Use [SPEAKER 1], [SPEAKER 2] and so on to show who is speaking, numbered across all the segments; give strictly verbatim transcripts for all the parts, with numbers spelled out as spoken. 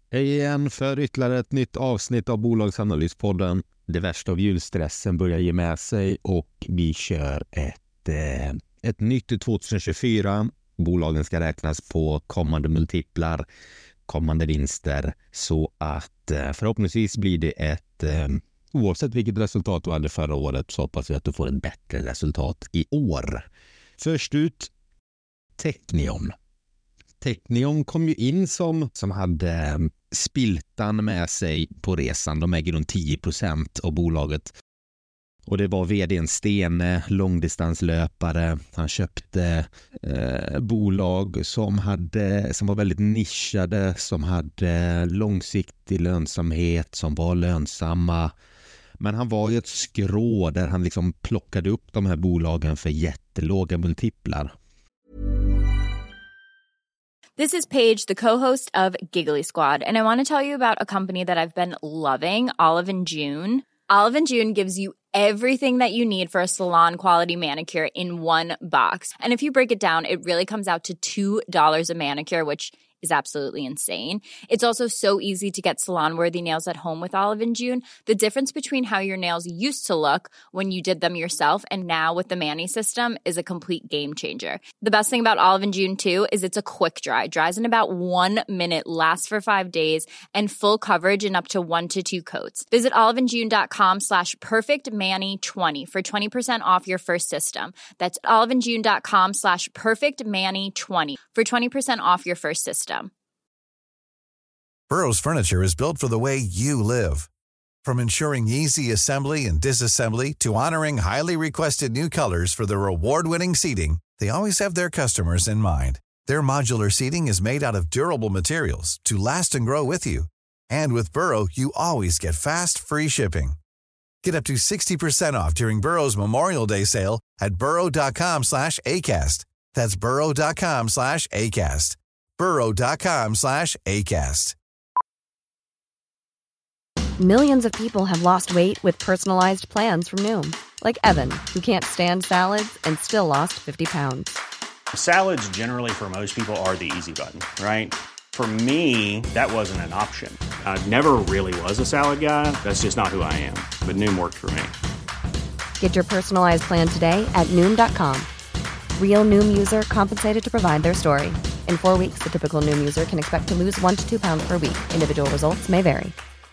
[SPEAKER 1] Hej igen för ytterligare ett nytt avsnitt av Bolagsanalyspodden. Det värsta av julstressen börjar ge med sig och vi kör ett, eh, ett nytt tjugohundratjugofyra. Bolagen ska räknas på kommande multiplar, kommande vinster, så att eh, förhoppningsvis blir det ett, eh, oavsett vilket resultat du hade förra året, så hoppas vi att du får ett bättre resultat i år. Först ut, Teqnion. Teqnion kom ju in som, som hade Spiltan med sig på resan. De äger runt tio procent av bolaget. Och det var vdn Stene, långdistanslöpare. Han köpte eh, bolag som, hade, som var väldigt nischade, som hade långsiktig lönsamhet, som var lönsamma. Men han var ju ett skrå där han liksom plockade upp de här bolagen för jättelåga multiplar.
[SPEAKER 2] This is Paige, the co-host of Giggly Squad, and I want to tell you about a company that I've been loving, Olive and June. Olive and June gives you everything that you need for a salon-quality manicure in one box. And if you break it down, it really comes out to two dollars a manicure, which is absolutely insane. It's also so easy to get salon-worthy nails at home with Olive and June. The difference between how your nails used to look when you did them yourself and now with the Mani system is a complete game changer. The best thing about Olive and June too is it's a quick dry. Dries in about one minute, lasts for five days, and full coverage in up to one to two coats. Visit oliveandjune.com slash perfectmani20 for twenty percent off your first system. That's oliveandjune.com slash perfectmani20 for twenty percent off your first system.
[SPEAKER 3] Burrow's furniture is built for the way you live. From ensuring easy assembly and disassembly to honoring highly requested new colors for their award-winning seating, they always have their customers in mind. Their modular seating is made out of durable materials to last and grow with you. And with Burrow, you always get fast, free shipping. Get up to sixty percent off during Burrow's Memorial Day sale at burrow.com slash ACAST. That's burrow.com slash ACAST. burrow.com slash ACAST.
[SPEAKER 4] Millions of people have lost weight with personalized plans from Noom. Like Evan, who can't stand salads and still lost fifty pounds.
[SPEAKER 5] Salads generally for most people are the easy button, right? For me, that wasn't an option. I never really was a salad guy. That's just not who I am. But Noom worked for me.
[SPEAKER 4] Get your personalized plan today at Noom dot com. Real Noom user compensated to provide their story. In four weeks, the typical Noom user can expect to lose one to two pounds per week. Individual results may vary.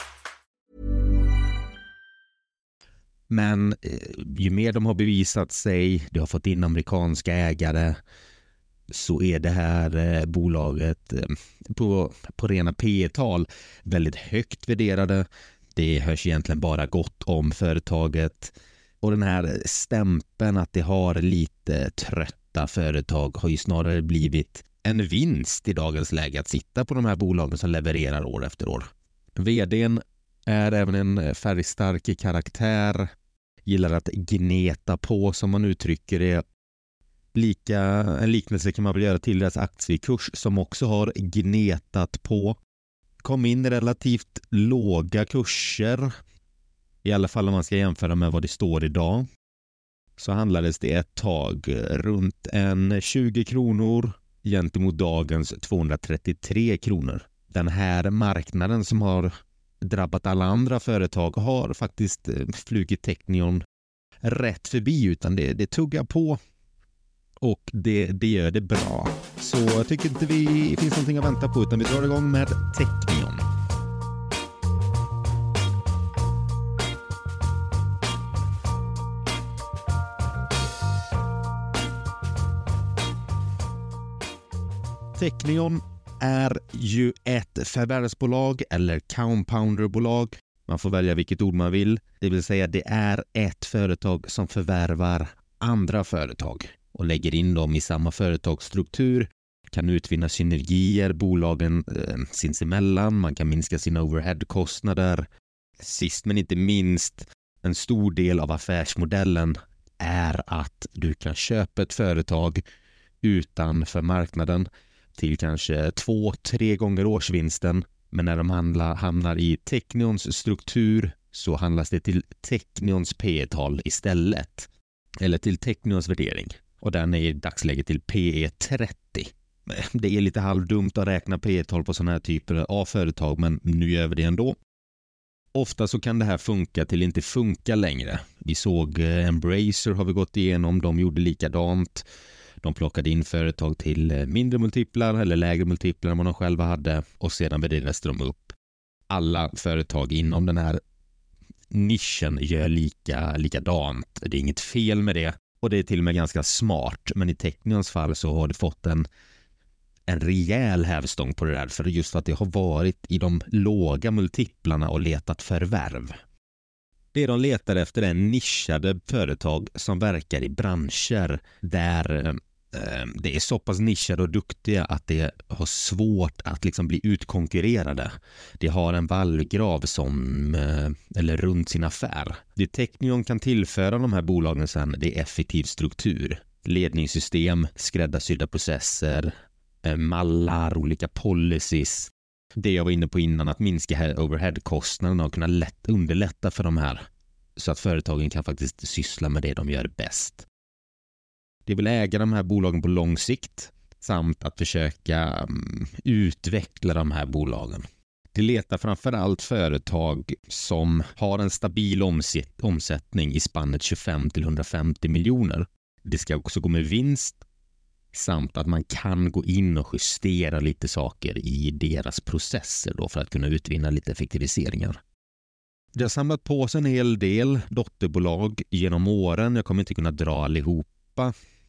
[SPEAKER 1] Men ju mer de har bevisat sig, de har fått in amerikanska ägare, så är det här eh, bolaget eh, på, på rena P E-tal väldigt högt värderade. Det hörs egentligen bara gott om företaget. Och den här stämpeln att det har lite trötta företag har ju snarare blivit en vinst i dagens läge att sitta på de här bolagen som levererar år efter år. Vdn är även en färgstark karaktär, gillar att gneta på, som man uttrycker det. Lika, en liknelse kan man väl göra till deras aktiekurs som också har gnetat på. Kom in relativt låga kurser, i alla fall om man ska jämföra med vad det står idag. Så handlades det ett tag runt en tjugo kronor gentemot dagens tvåhundratrettiotre kronor. Den här marknaden som har drabbat alla andra företag har faktiskt flugit Teqnion rätt förbi, utan det, det tuggar på och det, det gör det bra. Så jag tycker inte vi finns någonting att vänta på, utan vi drar igång med Teqnion. Teqnion är ju ett förvärvsbolag eller compounderbolag. Man får välja vilket ord man vill. Det vill säga det är ett företag som förvärvar andra företag och lägger in dem i samma företagsstruktur. Kan utvinna synergier bolagen eh, sinsemellan. Man kan minska sina overheadkostnader. Sist men inte minst, en stor del av affärsmodellen är att du kan köpa ett företag utanför marknaden till kanske två, tre gånger årsvinsten. Men när de handlar, hamnar i Teqnions struktur så handlas det till Teqnions P E-tal istället. Eller till Teqnions värdering. Och den är i dagsläget till P E trettio. det är lite halvdumt att räkna P E-tal på sådana här typer av företag, men nu gör vi det ändå. Ofta så kan det här funka till inte funka längre. Vi såg Embracer har vi gått igenom, de gjorde likadant. De plockade in företag till mindre multiplar eller lägre multiplar än vad de själva hade och sedan värderades de upp. Alla företag inom den här nischen gör lika, likadant. Det är inget fel med det och det är till och med ganska smart, men i Teqnions fall så har det fått en en rejäl hävstång på det där, för just att det har varit i de låga multiplarna och letat förvärv. Det de letar efter är nischade företag som verkar i branscher där eh, det är så pass nischade och duktiga att det har svårt att liksom bli utkonkurrerade. Det har en vallgrav som, eh, eller runt sin affär. Det Teqnion kan tillföra de här bolagen sen, det är effektiv struktur, ledningssystem, skräddarsydda processer, mallar, olika policies. Det jag var inne på innan, att minska overhead-kostnaderna och kunna lätt underlätta för de här så att företagen kan faktiskt syssla med det de gör bäst. Det vill äga de här bolagen på lång sikt samt att försöka um, utveckla de här bolagen. Det letar framförallt företag som har en stabil omsätt- omsättning i spannet tjugofem till hundrafemtio miljoner. Det ska också gå med vinst samt att man kan gå in och justera lite saker i deras processer då för att kunna utvinna lite effektiviseringar. Det har samlat på sig en hel del dotterbolag genom åren. Jag kommer inte kunna dra allihopa.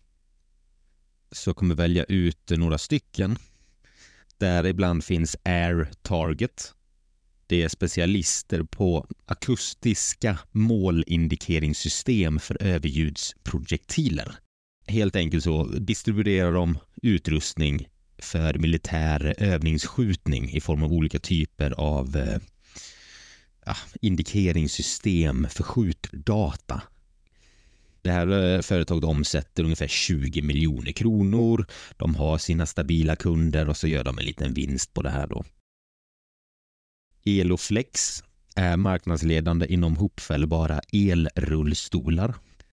[SPEAKER 1] Så jag kommer välja ut några stycken. Där ibland finns Air Target. Det är specialister på akustiska målindikeringssystem för överljudsprojektiler. Helt enkelt så distribuerar de utrustning för militär övningsskjutning i form av olika typer av eh, ja, indikeringssystem för skjutdata. Det här företaget omsätter ungefär tjugo miljoner kronor. De har sina stabila kunder och så gör de en liten vinst på det här då. Eloflex är marknadsledande inom hopfällbara elrullstolar.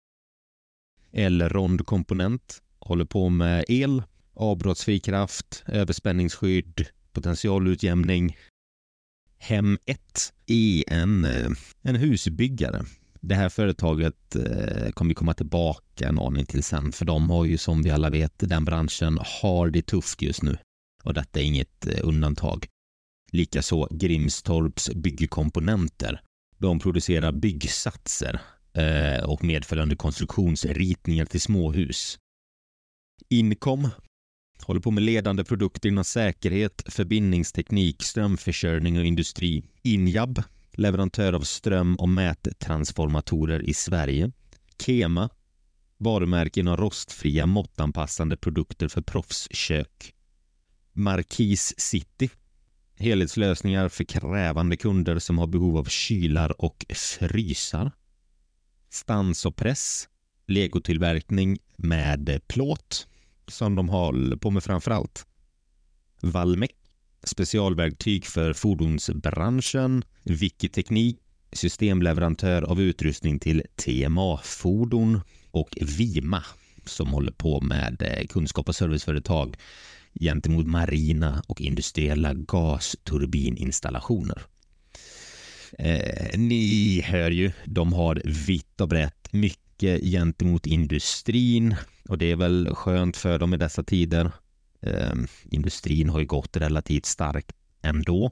[SPEAKER 1] Elrond komponent håller på med el, avbrottsfri kraft, överspänningsskydd, potentialutjämning. Hem ett är en, en husbyggare. Det här företaget kommer komma tillbaka en aning till sen, för de har ju som vi alla vet, den branschen har det tufft just nu och detta är inget undantag. Likaså Grimstorps byggkomponenter. De producerar byggsatser och medföljande konstruktionsritningar till småhus. Incom håller på med ledande produkter inom säkerhet, förbindningsteknik, strömförsörjning och industri. Injab, leverantör av ström- och mättransformatorer i Sverige. Kema, varumärke inom rostfria måttanpassande produkter för proffskök. Marquis City, helhetslösningar för krävande kunder som har behov av kylar och frysar. Stans och press, legotillverkning med plåt som de håller på med framförallt. Valmec, specialverktyg för fordonsbranschen. Wikiteknik, systemleverantör av utrustning till T M A-fordon. Och Vima som håller på med kunskap- och serviceföretag gentemot marina och industriella gasturbininstallationer. Eh, ni hör ju, de har vitt och brett mycket gentemot industrin och det är väl skönt för dem i dessa tider. Eh, industrin har ju gått relativt starkt ändå.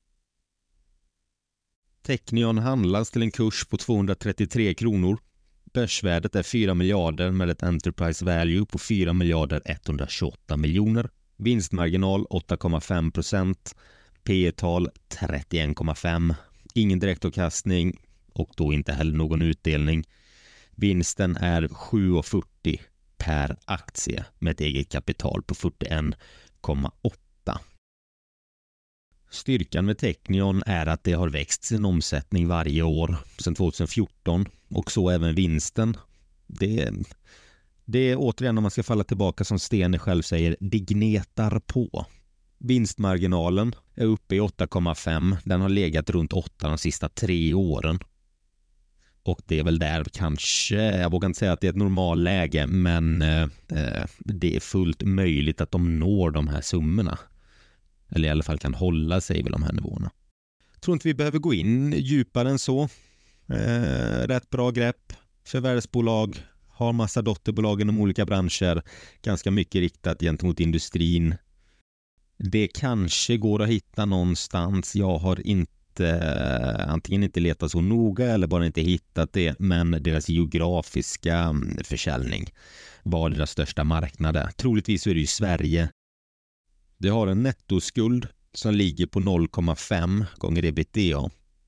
[SPEAKER 1] Teqnion handlas till en kurs på tvåhundratrettiotre kronor. Börsvärdet är fyra miljarder med ett enterprise value på fyra miljarder etthundratjugoåtta miljoner. Vinstmarginal åtta komma fem procent. P E-tal trettioen komma fem. Ingen direktavkastning och då inte heller någon utdelning. Vinsten är sju komma fyrtio per aktie med ett eget kapital på fyrtioen komma åtta. Styrkan med Teqnion är att det har växt sin omsättning varje år sedan tjugohundrafjorton och så även vinsten. Det, det är återigen, om man ska falla tillbaka som Stene själv säger, det gnetar på. Vinstmarginalen är uppe i åtta komma fem. Den har legat runt åtta de sista tre åren. Och det är väl där kanske, jag vågar inte säga att det är ett normalläge, men eh, det är fullt möjligt att de når de här summorna. Eller i alla fall kan hålla sig vid de här nivåerna. Jag tror inte vi behöver gå in djupare än så. Eh, rätt bra grepp. Förvärvsbolag har massa dotterbolag inom olika branscher. Ganska mycket riktat gentemot industrin. Det kanske går att hitta någonstans. Jag har inte antingen inte letat så noga eller bara inte hittat det, men deras geografiska försäljning var deras största marknader. Troligtvis är det ju Sverige. Det har en nettoskuld som ligger på noll komma fem gånger ebitda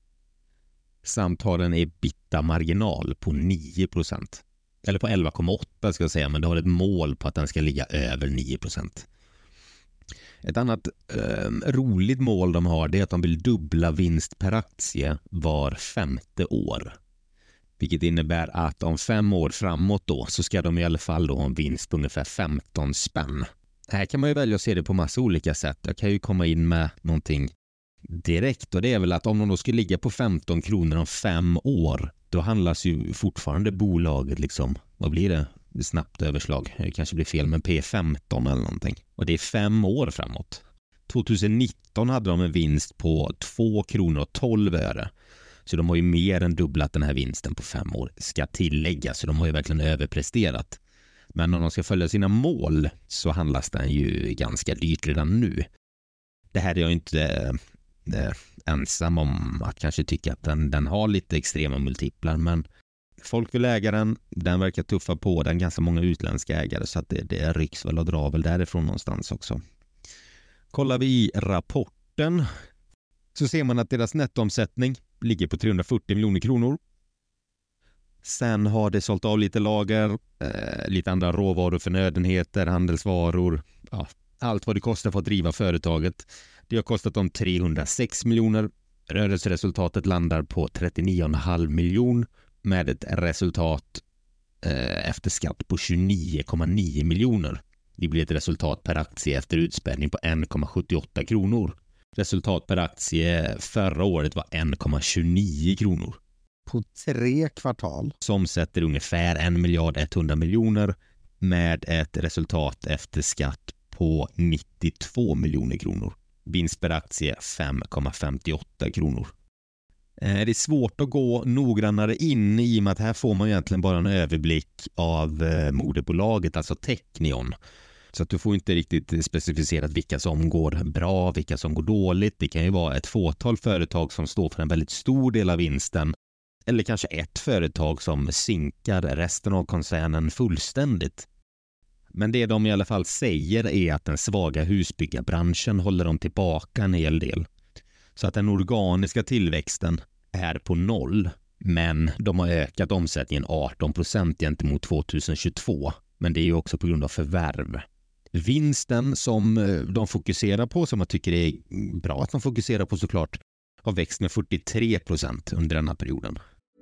[SPEAKER 1] samt har en ebitda-marginal på nio procent. Eller på elva komma åtta ska jag säga, men det har ett mål på att den ska ligga över nio procent. Ett annat eh, roligt mål de har, det är att de vill dubbla vinst per aktie var femte år. Vilket innebär att om fem år framåt då så ska de i alla fall då ha en vinst på ungefär femton spänn. Här kan man ju välja att se det på massa olika sätt. Jag kan ju komma in med någonting direkt, och det är väl att om de då skulle ligga på femton kronor om fem år, då handlas ju fortfarande bolaget liksom, vad blir det? Snabbt överslag. Det kanske blir fel med P femton eller någonting. Och det är fem år framåt. tjugonitton hade de en vinst på två kronor och tolv öre. Så de har ju mer än dubblat den här vinsten på fem år. Ska tilläggas, så de har ju verkligen överpresterat. Men om de ska följa sina mål så handlas den ju ganska dyrt redan nu. Det här är jag inte äh, ensam om att kanske tycka att den, den har lite extrema multiplar, men folk vill äga den, den verkar tuffa på den, ganska många utländska ägare, så att det, det rycks väl och drar väl därifrån någonstans också. Kollar vi i rapporten så ser man att deras nettoomsättning ligger på trehundrafyrtio miljoner kronor. Sen har det sålt av lite lager, eh, lite andra råvaror, förnödenheter, handelsvaror, ja, allt vad det kostar för att driva företaget. Det har kostat dem trehundrasex miljoner. Rörelseresultatet landar på trettionio komma fem miljoner med ett resultat eh, efter skatt på tjugonio komma nio miljoner. Det blir ett resultat per aktie efter utspädning på en komma sjuttioåtta kronor. Resultat per aktie förra året var en komma tjugonio kronor.
[SPEAKER 6] På tre kvartal.
[SPEAKER 1] Som sätter ungefär en miljard etthundra miljoner med ett resultat efter skatt på nittiotvå miljoner kronor. Vinst per aktie fem komma femtioåtta kronor. Det är svårt att gå noggrannare in i och med att här får man egentligen bara en överblick av moderbolaget, alltså Teqnion. Så att du får inte riktigt specificerat vilka som går bra, vilka som går dåligt. Det kan ju vara ett fåtal företag som står för en väldigt stor del av vinsten. Eller kanske ett företag som sinkar resten av koncernen fullständigt. Men det de i alla fall säger är att den svaga husbyggarbranschen håller dem tillbaka en hel del. Så att den organiska tillväxten är på noll. Men de har ökat omsättningen arton procent gentemot tjugohundratjugotvå. Men det är ju också på grund av förvärv. Vinsten som de fokuserar på, som jag tycker är bra att de fokuserar på såklart, har växt med fyrtiotre procent under den här perioden.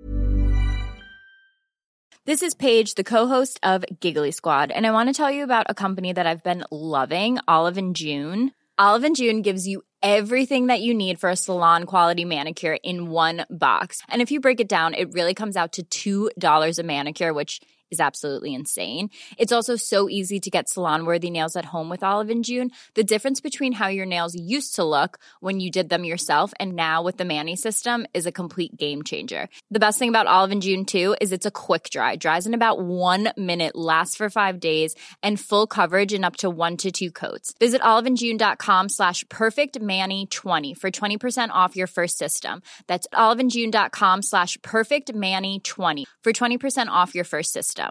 [SPEAKER 2] This is Paige, the co-host of Giggly Squad, and I want to tell you about a company that I've been loving, Olive and June. Olive and June gives you everything that you need for a salon quality manicure in one box. And if you break it down, it really comes out to two dollars a manicure, which is absolutely insane. It's also so easy to get salon-worthy nails at home with Olive and June. The difference between how your nails used to look when you did them yourself and now with the Mani system is a complete game changer. The best thing about Olive and June too is it's a quick dry. Dries in about one minute, lasts for five days, and full coverage in up to one to two coats. Visit oliveandjune.com slash perfectmani20 for twenty percent off your first system. That's oliveandjune.com slash perfectmani20 for twenty percent off your first system.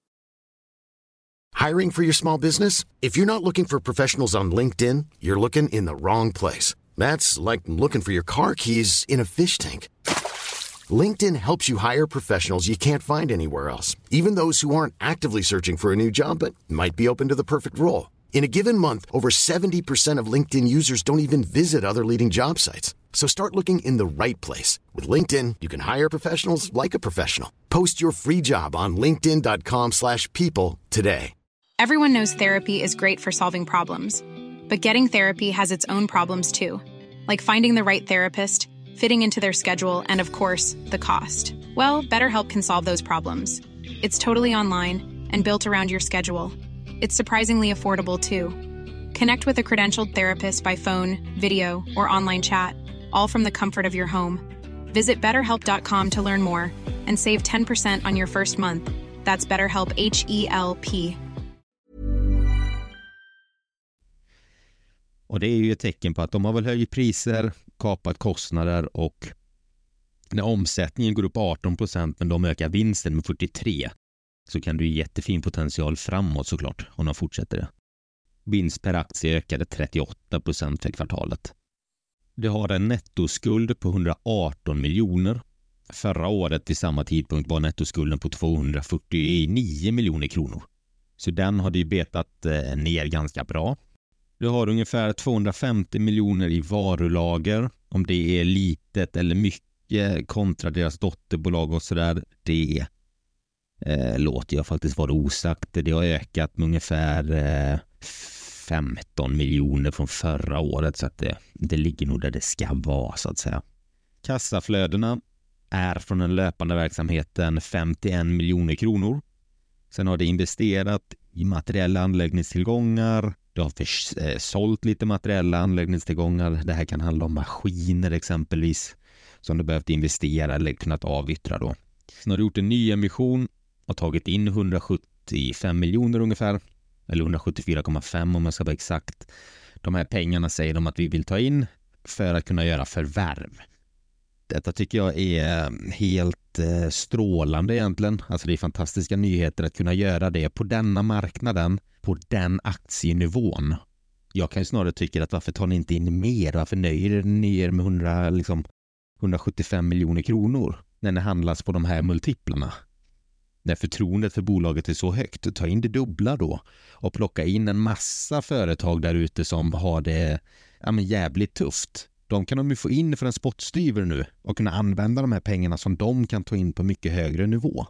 [SPEAKER 7] Hiring for your small business? If you're not looking for professionals on LinkedIn, you're looking in the wrong place. That's like looking for your car keys in a fish tank. LinkedIn helps you hire professionals you can't find anywhere else, even those who aren't actively searching for a new job but might be open to the perfect role. In a given month, over seventy percent of LinkedIn users don't even visit other leading job sites. So start looking in the right place. With LinkedIn, you can hire professionals like a professional. Post your free job on linkedin.com slash people today.
[SPEAKER 8] Everyone knows therapy is great for solving problems. But getting therapy has its own problems too. Like finding the right therapist, fitting into their schedule, and of course, the cost. Well, BetterHelp can solve those problems. It's totally online and built around your schedule. It's surprisingly affordable too. Connect with a credentialed therapist by phone, video, or online chat, all from the comfort of your home. Visit better help dot com to learn more and save ten percent on your first month. That's BetterHelp, H E L P.
[SPEAKER 1] Och det är ju ett tecken på att de har väl höjt priser, kapat kostnader, och när omsättningen går upp arton procent men de ökar vinsten med fyrtiotre, så kan du ju jättefin potential framåt såklart om de fortsätter det. Vinst per aktie ökade trettioåtta procent för kvartalet. Det har en nettoskuld på hundraarton miljoner. Förra året vid samma tidpunkt var nettoskulden på tvåhundrafyrtionio miljoner kronor. Så den har ju betat eh, ner ganska bra. Du har ungefär tvåhundrafemtio miljoner i varulager. Om det är litet eller mycket kontra deras dotterbolag och sådär, det eh, låter jag faktiskt vara osagt. Det har ökat med ungefär eh, femton miljoner från förra året, så att det, det ligger nog där det ska vara så att säga. Kassaflödena är från den löpande verksamheten femtioen miljoner kronor. Sen har det investerat i materiella anläggningstillgångar. Det har för, eh, sålt lite materiella anläggningstillgångar. Det här kan handla om maskiner exempelvis som du behövt investera eller kunnat avyttra då. Sen har du gjort en ny emission och tagit in hundrasjuttiofem miljoner ungefär. Eller hundrasjuttiofyra komma fem om jag ska vara exakt. De här pengarna säger de att vi vill ta in för att kunna göra förvärv. Detta tycker jag är helt eh, strålande egentligen. Alltså det är fantastiska nyheter att kunna göra det på denna marknaden, på den aktienivån. Jag kan ju snarare tycka att varför tar ni inte in mer? Varför nöjer ni er med hundra, liksom, hundrasjuttiofem miljoner kronor när det handlas på de här multiplarna? När förtroendet för bolaget är så högt, ta in det dubbla då och plocka in en massa företag där ute som har det ja, men jävligt tufft. De kan de ju få in för en spottstyver nu och kunna använda de här pengarna som de kan ta in på mycket högre nivå.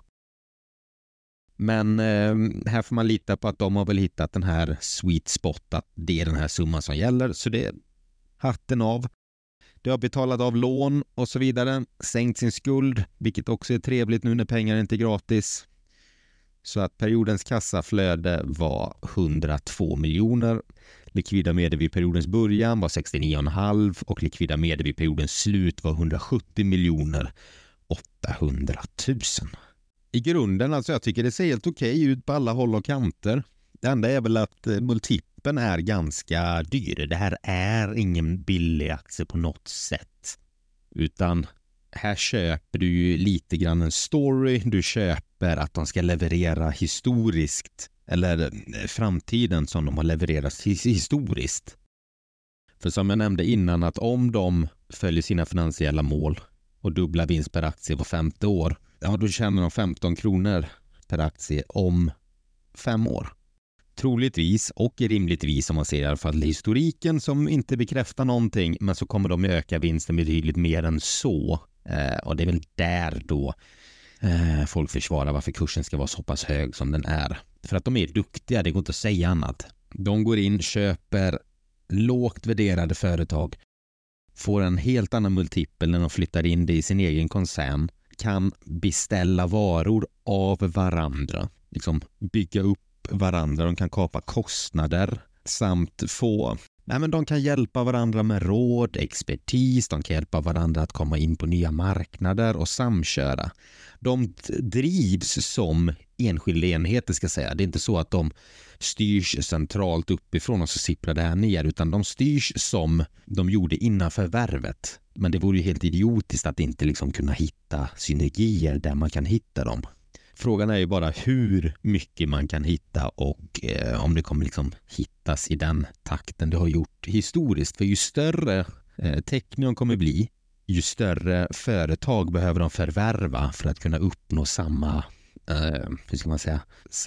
[SPEAKER 1] Men eh, här får man lita på att de har väl hittat den här sweet spot, att det är den här summan som gäller. Så det är hatten av. Det har betalat av lån och så vidare. Sänkt sin skuld, vilket också är trevligt nu när pengar inte är gratis. Så att periodens kassaflöde var hundratvå miljoner. Likvida medel vid periodens början var sextionio komma fem och likvida medel vid periodens slut var hundrasjuttio miljoner åttahundratusen. I grunden, alltså jag tycker det ser helt okej ut på alla håll och kanter. Det enda är väl att multipeln är ganska dyr. Det här är ingen billig aktie på något sätt. Utan här köper du ju lite grann en story. Du köper att de ska leverera historiskt. Eller framtiden som de har levererat historiskt. För som jag nämnde innan, att om de följer sina finansiella mål och dubblar vinst per aktie på femte år, ja då tjänar de femton kronor per aktie om fem år. Troligtvis och rimligtvis, om man ser i alla fall historiken som inte bekräftar någonting, men så kommer de öka vinsten betydligt mer än så. Eh, och det är väl där då eh, folk försvarar varför kursen ska vara så pass hög som den är. För att de är duktiga, det går inte att säga annat. De går in, köper lågt värderade företag, får en helt annan multipel när de flyttar in det i sin egen koncern, kan beställa varor av varandra, liksom bygga upp varandra, de kan kapa kostnader samt få, nej men de kan hjälpa varandra med råd, expertis, de kan hjälpa varandra att komma in på nya marknader och samköra. De drivs som enskilda enheter ska säga. Det är inte så att de styrs centralt uppifrån och så sipprar det här ner, utan de styrs som de gjorde innan förvärvet. Men det vore ju helt idiotiskt att inte liksom kunna hitta synergier där man kan hitta dem. Frågan är ju bara hur mycket man kan hitta och eh, om det kommer liksom hittas i den takten det har gjort historiskt. För ju större eh, Teqnion kommer bli, ju större företag behöver de förvärva för att kunna uppnå samma, eh, hur ska man säga,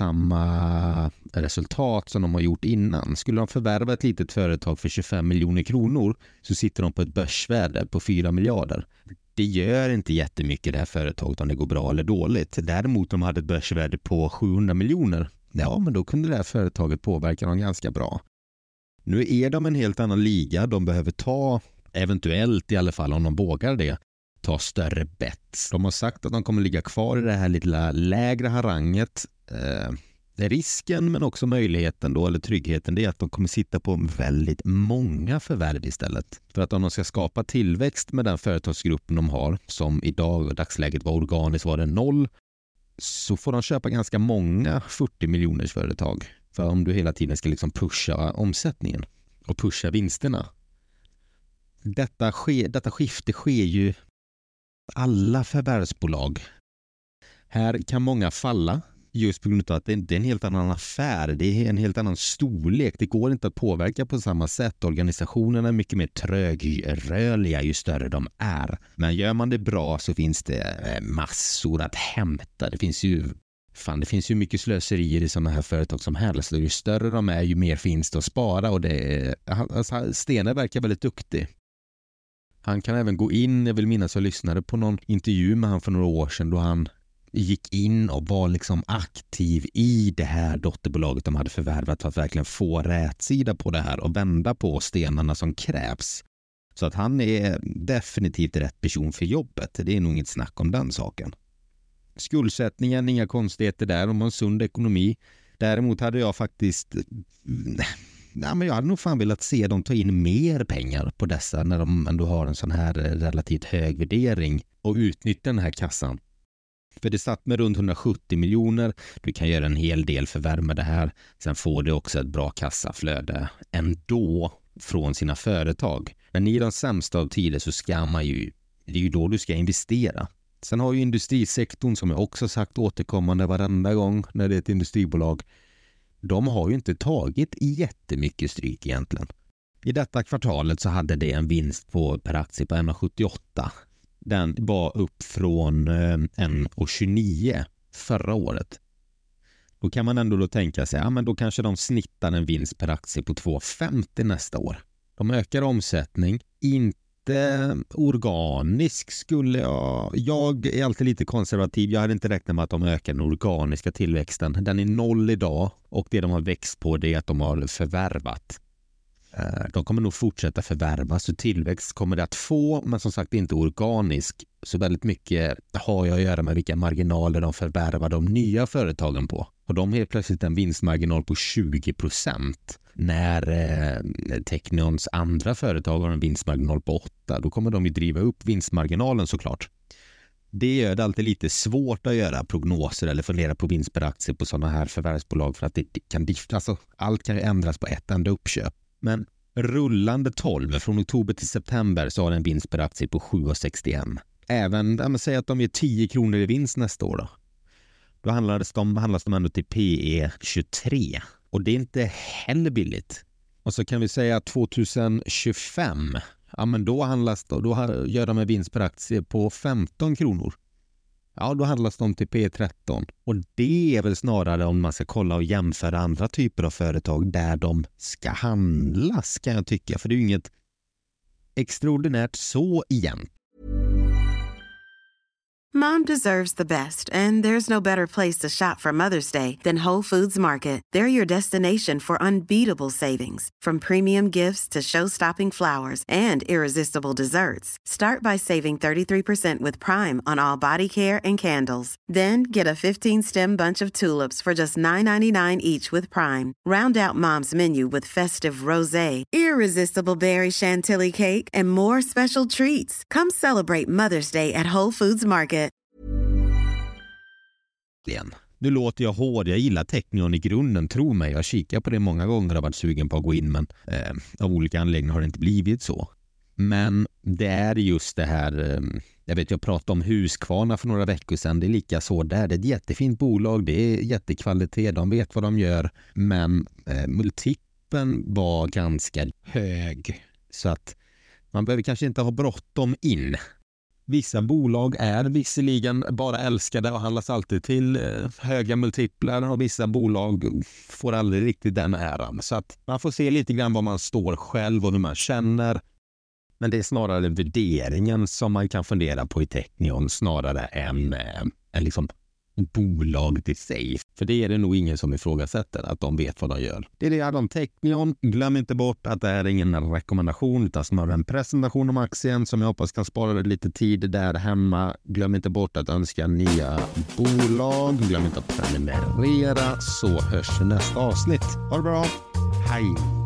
[SPEAKER 1] samma resultat som de har gjort innan. Skulle de förvärva ett litet företag för tjugofem miljoner kronor så sitter de på ett börsvärde på fyra miljarder. Det gör inte jättemycket det här företaget om det går bra eller dåligt. Däremot om de hade ett börsvärde på sjuhundra miljoner, ja men då kunde det här företaget påverka dem ganska bra. Nu är de en helt annan liga. De behöver ta eventuellt i alla fall om de vågar det, ta större bets. De har sagt att de kommer ligga kvar i det här lilla lägre haranget. Eh, det är risken men också möjligheten då, eller tryggheten, det är att de kommer sitta på väldigt många förvärv istället. För att om de ska skapa tillväxt med den företagsgruppen de har, som idag och dagsläget var organiskt var det noll, så får de köpa ganska många fyrtio miljoners företag. För om du hela tiden ska liksom pusha omsättningen och pusha vinsterna. Detta, ske, detta skifte sker ju alla förvärvsbolag. Här kan många falla just på grund av att det är en helt annan affär. Det är en helt annan storlek. Det går inte att påverka på samma sätt. Organisationerna är mycket mer trögrörliga ju större de är. Men gör man det bra så finns det massor att hämta. Det finns ju Fan, det finns ju mycket slöserier i sådana här företag som helst. Ju större de är, ju mer finns det att spara. Och det är, alltså, Stene verkar väldigt duktig. Han kan även gå in, jag vill minnas jag lyssnade på någon intervju med han för några år sedan då han gick in och var liksom aktiv i det här dotterbolaget de hade förvärvat för att verkligen få rätsida på det här och vända på stenarna som krävs. Så att han är definitivt rätt person för jobbet. Det är nog inget snack om den saken. Skuldsättningen, inga konstigheter där, om en sund ekonomi. Däremot hade jag faktiskt nej, men jag hade nog fan velat se dem ta in mer pengar på dessa när de ändå har en sån här relativt hög värdering och utnyttja den här kassan. För det satt med runt hundrasjuttio miljoner. Du kan göra en hel del förvärv med det här. Sen får du också ett bra kassaflöde ändå från sina företag. Men i de sämsta av tider så ska man ju, det är ju då du ska investera. Sen har ju industrisektorn, som jag också sagt återkommande varenda gång när det är ett industribolag, de har ju inte tagit jättemycket stryk egentligen. I detta kvartalet så hade det en vinst på per aktie på en komma sjuttioåtta. Den var upp från en komma tjugonio förra året. Då kan man ändå då tänka sig, ja men då kanske de snittar en vinst per aktie på två komma femtio nästa år. De ökar omsättning, inte organisk skulle jag... Jag är alltid lite konservativ. Jag hade inte räknat med att de ökar den organiska tillväxten. Den är noll idag och det de har växt på det är att de har förvärvat. De kommer nog fortsätta förvärva, så tillväxt kommer det att få, men som sagt inte organisk. Så väldigt mycket har jag att göra med vilka marginaler de förvärvar de nya företagen på. Och de har plötsligt en vinstmarginal på tjugo procent. När eh, Teqnions andra företag har en vinstmarginal på åtta, då kommer de ju driva upp vinstmarginalen såklart. Det gör det alltid lite svårt att göra prognoser eller fundera på vinst per aktie på sådana här förvärvsbolag, för att det kan diffa, alltså allt kan ju ändras på ett enda uppköp. Men rullande tolv från oktober till september så har en vinst per aktie på sju komma sextioen. Även om man säger att de ger tio kronor i vinst nästa år då. Då handlas de, handlas de ändå till P E tjugotre. Och det är inte heller billigt. Och så kan vi säga att tjugohundratjugofem, ja men då handlas då, då gör de en vinst per aktie på femton kronor. Ja, då handlas de till P tretton. Och det är väl snarare om man ska kolla och jämföra andra typer av företag där de ska handlas, kan jag tycka. För det är ju inget extraordinärt så igen.
[SPEAKER 9] Mom deserves the best, and there's no better place to shop for Mother's Day than Whole Foods Market. They're your destination for unbeatable savings, from premium gifts to show-stopping flowers and irresistible desserts. Start by saving thirty-three percent with Prime on all body care and candles. Then get a fifteen-stem bunch of tulips for just nine ninety-nine each with Prime. Round out Mom's menu with festive rosé, irresistible berry chantilly cake, and more special treats. Come celebrate Mother's Day at Whole Foods Market.
[SPEAKER 1] Nu låter jag hård, jag gillar Teqnion i grunden, tro mig. Jag kikar på det många gånger och har varit sugen på att gå in, men eh, av olika anledningar har det inte blivit så. Men det är just det här, eh, jag vet jag pratade om Husqvarna för några veckor sedan, det är lika så där. Det är ett jättefint bolag, det är jättekvalitet, de vet vad de gör, men eh, multipeln var ganska hög. Så att man behöver kanske inte ha bråttom in. Vissa bolag är visserligen bara älskade och handlas alltid till eh, höga multiplar, och vissa bolag får aldrig riktigt den äran. Så att man får se lite grann vad man står själv och hur man känner. Men det är snarare värderingen som man kan fundera på i Teqnion snarare än, eh, än liksom bolag till sig. För det är det nog ingen som ifrågasätter att de vet vad de gör. Det är det Addon Technion. Glöm inte bort att det är ingen rekommendation utan snarare en presentation om aktien som jag hoppas kan spara dig lite tid där hemma. Glöm inte bort att önska nya bolag. Glöm inte att prenumerera så hörs i nästa avsnitt. Ha det bra. Hej!